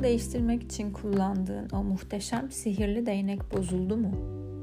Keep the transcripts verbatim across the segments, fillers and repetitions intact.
değiştirmek için kullandığın o muhteşem sihirli değnek bozuldu mu?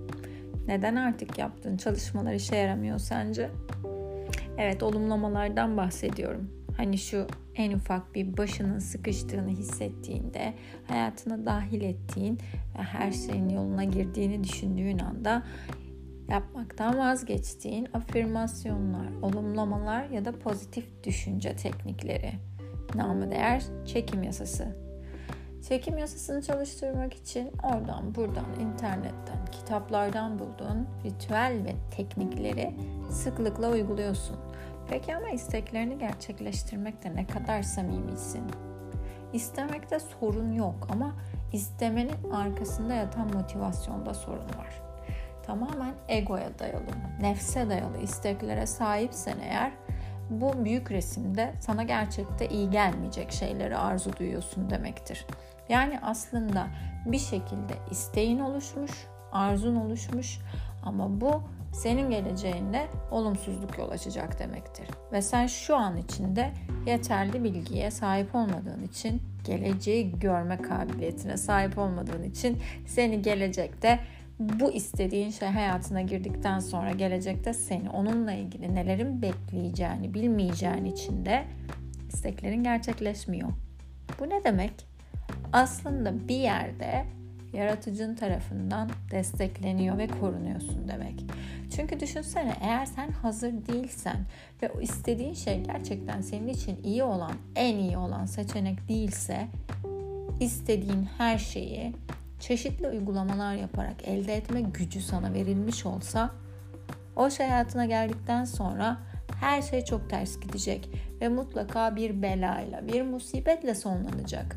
Neden artık yaptığın çalışmalar işe yaramıyor sence? Evet, olumlamalardan bahsediyorum. Hani şu en ufak bir başının sıkıştığını hissettiğinde, hayatına dahil ettiğin ve her şeyin yoluna girdiğini düşündüğün anda yapmaktan vazgeçtiğin afirmasyonlar, olumlamalar ya da pozitif düşünce teknikleri. Namı değer çekim yasası. Çekim yasasını çalıştırmak için oradan buradan internetten, kitaplardan bulduğun ritüel ve teknikleri sıklıkla uyguluyorsun. Peki ama isteklerini gerçekleştirmekte ne kadar samimisin? İstemekte sorun yok ama istemenin arkasında yatan motivasyonda sorun var. Tamamen egoya dayalı, nefse dayalı isteklere sahipsen eğer, bu büyük resimde sana gerçekte iyi gelmeyecek şeyleri arzu duyuyorsun demektir. Yani aslında bir şekilde isteğin oluşmuş, arzun oluşmuş ama bu senin geleceğinde olumsuzluk yol açacak demektir. Ve sen şu an içinde yeterli bilgiye sahip olmadığın için, geleceği görme kabiliyetine sahip olmadığın için seni gelecekte bu istediğin şey hayatına girdikten sonra gelecekte seni onunla ilgili nelerin bekleyeceğini bilmeyeceğin için de isteklerin gerçekleşmiyor. Bu ne demek? Aslında bir yerde yaratıcın tarafından destekleniyor ve korunuyorsun demek. Çünkü düşünsene, eğer sen hazır değilsen ve o istediğin şey gerçekten senin için iyi olan, en iyi olan seçenek değilse, istediğin her şeyi çeşitli uygulamalar yaparak elde etme gücü sana verilmiş olsa, o şey hayatına geldikten sonra her şey çok ters gidecek ve mutlaka bir belayla, bir musibetle sonlanacak.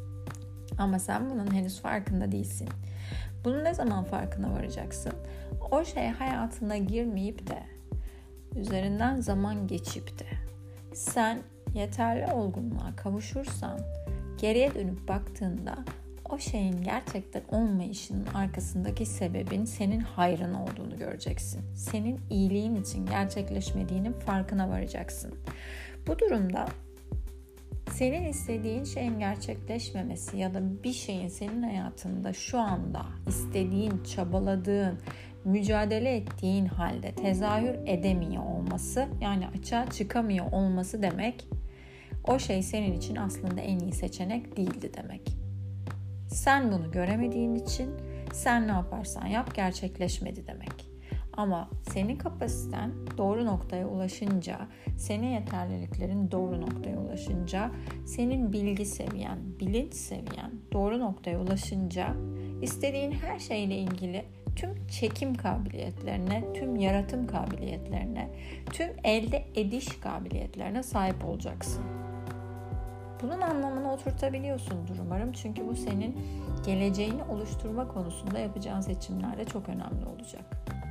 Ama sen bunun henüz farkında değilsin. Bunun ne zaman farkına varacaksın? O şey hayatına girmeyip de, üzerinden zaman geçip de, sen yeterli olgunluğa kavuşursan, geriye dönüp baktığında o şeyin gerçekten olmayışının arkasındaki sebebin senin hayrın olduğunu göreceksin. Senin iyiliğin için gerçekleşmediğinin farkına varacaksın. Bu durumda senin istediğin şeyin gerçekleşmemesi ya da bir şeyin senin hayatında şu anda istediğin, çabaladığın, mücadele ettiğin halde tezahür edemiyor olması, yani açığa çıkamıyor olması demek, o şey senin için aslında en iyi seçenek değildi demek. Sen bunu göremediğin için sen ne yaparsan yap gerçekleşmedi demek. Ama senin kapasiten doğru noktaya ulaşınca, senin yeterliliklerin doğru noktaya ulaşınca, senin bilgi seviyen, bilinç seviyen doğru noktaya ulaşınca, istediğin her şeyle ilgili tüm çekim kabiliyetlerine, tüm yaratım kabiliyetlerine, tüm elde ediş kabiliyetlerine sahip olacaksın. Bunun anlamını oturtabiliyorsundur umarım. Çünkü bu senin geleceğini oluşturma konusunda yapacağın seçimlerde çok önemli olacak.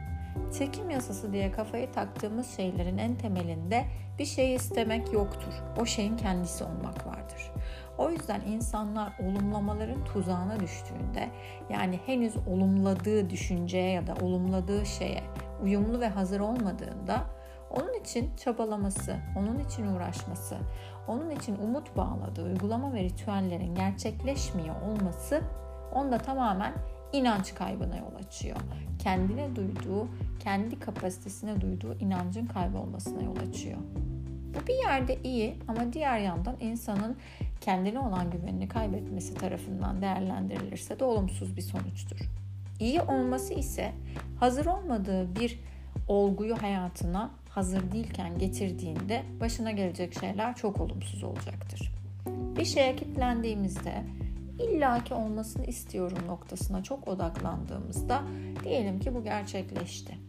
Çekim yasası diye kafayı taktığımız şeylerin en temelinde bir şeyi istemek yoktur. O şeyin kendisi olmak vardır. O yüzden insanlar olumlamaların tuzağına düştüğünde, yani henüz olumladığı düşünceye ya da olumladığı şeye uyumlu ve hazır olmadığında, onun için çabalaması, onun için uğraşması, onun için umut bağladığı uygulama ve ritüellerin gerçekleşmiyor olması onda tamamen inanç kaybına yol açıyor. Kendine duyduğu, kendi kapasitesine duyduğu inancın kaybolmasına yol açıyor. Bu bir yerde iyi ama diğer yandan insanın kendine olan güvenini kaybetmesi tarafından değerlendirilirse de olumsuz bir sonuçtur. İyi olması ise hazır olmadığı bir olguyu hayatına hazır değilken getirdiğinde başına gelecek şeyler çok olumsuz olacaktır. Bir şeye kilitlendiğimizde, illaki olmasını istiyorum noktasına çok odaklandığımızda diyelim ki bu gerçekleşti.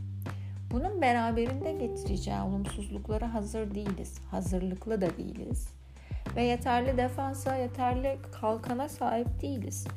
Bunun beraberinde getireceği olumsuzluklara hazır değiliz, hazırlıklı da değiliz ve yeterli defansa, yeterli kalkana sahip değiliz.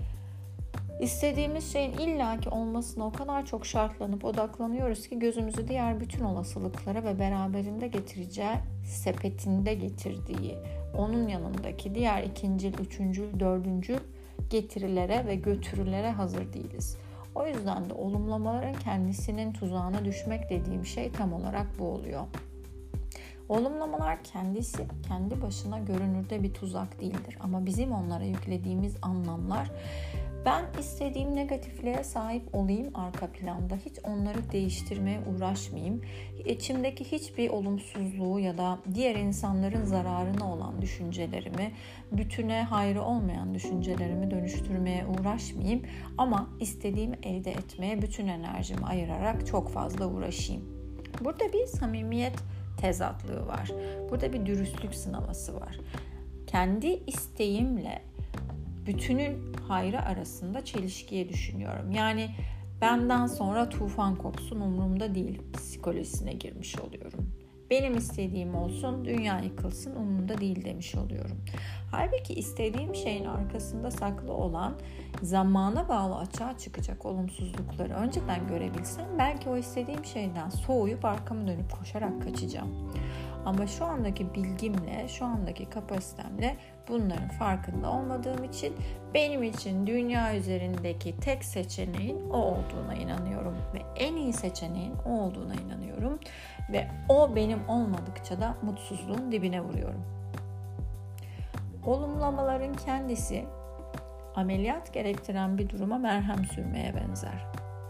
İstediğimiz şeyin illaki olmasına o kadar çok şartlanıp odaklanıyoruz ki gözümüzü diğer bütün olasılıklara ve beraberinde getireceği, sepetinde getirdiği, onun yanındaki diğer ikincil, üçüncül, dördüncül getirilere ve götürülere hazır değiliz. O yüzden de olumlamaların kendisinin tuzağına düşmek dediğim şey tam olarak bu oluyor. Olumlamalar kendisi kendi başına görünürde bir tuzak değildir. Ama bizim onlara yüklediğimiz anlamlar, ben istediğim negatifliğe sahip olayım arka planda, hiç onları değiştirmeye uğraşmayayım, içimdeki hiçbir olumsuzluğu ya da diğer insanların zararına olan düşüncelerimi, bütüne hayrı olmayan düşüncelerimi dönüştürmeye uğraşmayayım ama istediğimi elde etmeye bütün enerjimi ayırarak çok fazla uğraşayım. Burada bir samimiyet tezatlığı var. Burada bir dürüstlük sınaması var. Kendi isteğimle bütünün hayrı arasında çelişkiye düşünüyorum. Yani benden sonra tufan kopsun umurumda değil psikolojisine girmiş oluyorum. Benim istediğim olsun, dünya yıkılsın umurumda değil demiş oluyorum. Halbuki istediğim şeyin arkasında saklı olan, zamana bağlı açığa çıkacak olumsuzlukları önceden görebilsem belki o istediğim şeyden soğuyup arkamı dönüp koşarak kaçacağım. Ama şu andaki bilgimle, şu andaki kapasitemle bunların farkında olmadığım için benim için dünya üzerindeki tek seçeneğin o olduğuna inanıyorum ve en iyi seçeneğin o olduğuna inanıyorum ve o benim olmadıkça da mutsuzluğun dibine vuruyorum. Olumlamaların kendisi ameliyat gerektiren bir duruma merhem sürmeye benzer.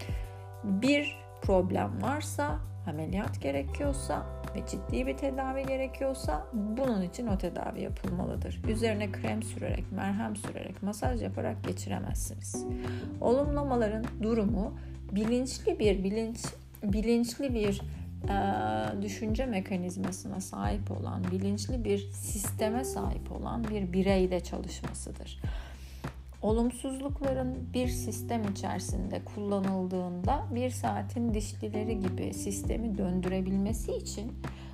Bir problem varsa, ameliyat gerekiyorsa ve ciddi bir tedavi gerekiyorsa bunun için o tedavi yapılmalıdır. Üzerine krem sürerek, merhem sürerek, masaj yaparak geçiremezsiniz. Olumlamaların durumu bilinçli bir bilinç bilinçli bir e, düşünce mekanizmasına sahip olan, bilinçli bir sisteme sahip olan bir bireyde çalışmasıdır. Olumsuzlukların bir sistem içerisinde kullanıldığında bir saatin dişlileri gibi sistemi döndürebilmesi için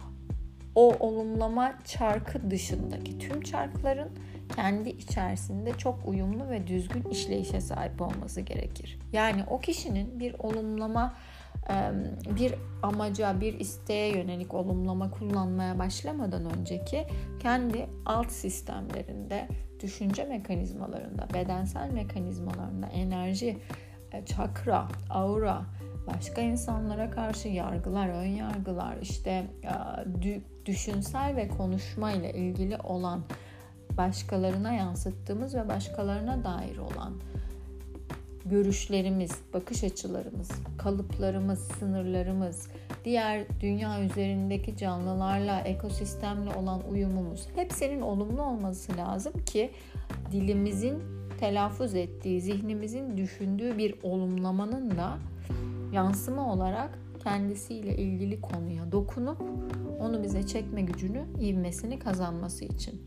o olumlama çarkı dışındaki tüm çarkların kendi içerisinde çok uyumlu ve düzgün işleyişe sahip olması gerekir. Yani o kişinin bir olumlama, bir amaca, bir isteğe yönelik olumlama kullanmaya başlamadan önceki kendi alt sistemlerinde, düşünce mekanizmalarında, bedensel mekanizmalarında, enerji, çakra, aura, başka insanlara karşı yargılar, ön yargılar, işte düşünsel ve konuşma ile ilgili olan, başkalarına yansıttığımız ve başkalarına dair olan görüşlerimiz, bakış açılarımız, kalıplarımız, sınırlarımız, diğer dünya üzerindeki canlılarla, ekosistemle olan uyumumuz hepsinin olumlu olması lazım ki dilimizin telaffuz ettiği, zihnimizin düşündüğü bir olumlamanın da yansıma olarak kendisiyle ilgili konuya dokunup onu bize çekme gücünü, ivmesini kazanması için.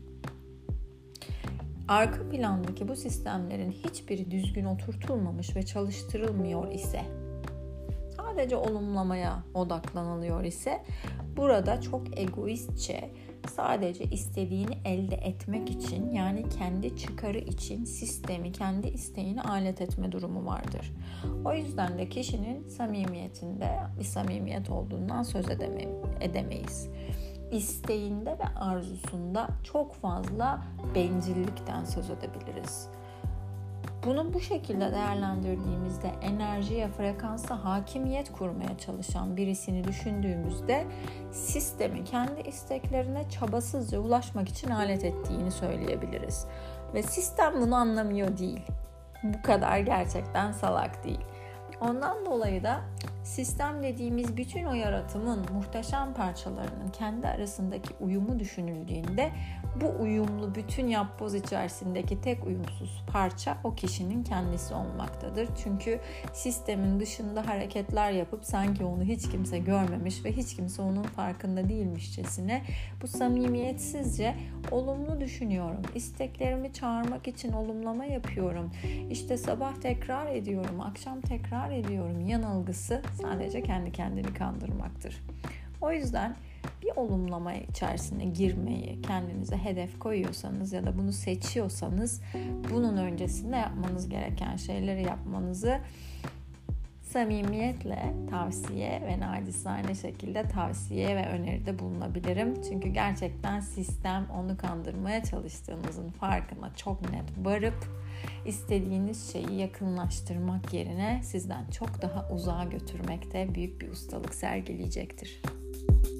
Arka plandaki bu sistemlerin hiçbiri düzgün oturtulmamış ve çalıştırılmıyor ise, sadece olumlamaya odaklanılıyor ise, burada çok egoistçe, sadece istediğini elde etmek için, yani kendi çıkarı için sistemi, kendi isteğini alet etme durumu vardır. O yüzden de kişinin samimiyetinde bir samimiyet olduğundan söz edemeyiz. İsteğinde ve arzusunda çok fazla bencillikten söz edebiliriz. Bunu bu şekilde değerlendirdiğimizde, enerjiye, frekansa hakimiyet kurmaya çalışan birisini düşündüğümüzde sistemi kendi isteklerine çabasızca ulaşmak için alet ettiğini söyleyebiliriz. Ve sistem bunu anlamıyor değil. Bu kadar gerçekten salak değil. Ondan dolayı da sistem dediğimiz bütün o yaratımın muhteşem parçalarının kendi arasındaki uyumu düşünüldüğünde bu uyumlu bütün yapboz içerisindeki tek uyumsuz parça o kişinin kendisi olmaktadır. Çünkü sistemin dışında hareketler yapıp sanki onu hiç kimse görmemiş ve hiç kimse onun farkında değilmişçesine bu samimiyetsizce olumlu düşünüyorum, isteklerimi çağırmak için olumlama yapıyorum, İşte sabah tekrar ediyorum, akşam tekrar ediyorum yanılgısı sadece kendi kendini kandırmaktır. O yüzden bir olumlama içerisine girmeyi kendinize hedef koyuyorsanız ya da bunu seçiyorsanız bunun öncesinde yapmanız gereken şeyleri yapmanızı samimiyetle tavsiye ve nacizane şekilde tavsiye ve öneride bulunabilirim. Çünkü gerçekten sistem onu kandırmaya çalıştığınızın farkına çok net varıp istediğiniz şeyi yakınlaştırmak yerine sizden çok daha uzağa götürmekte büyük bir ustalık sergileyecektir.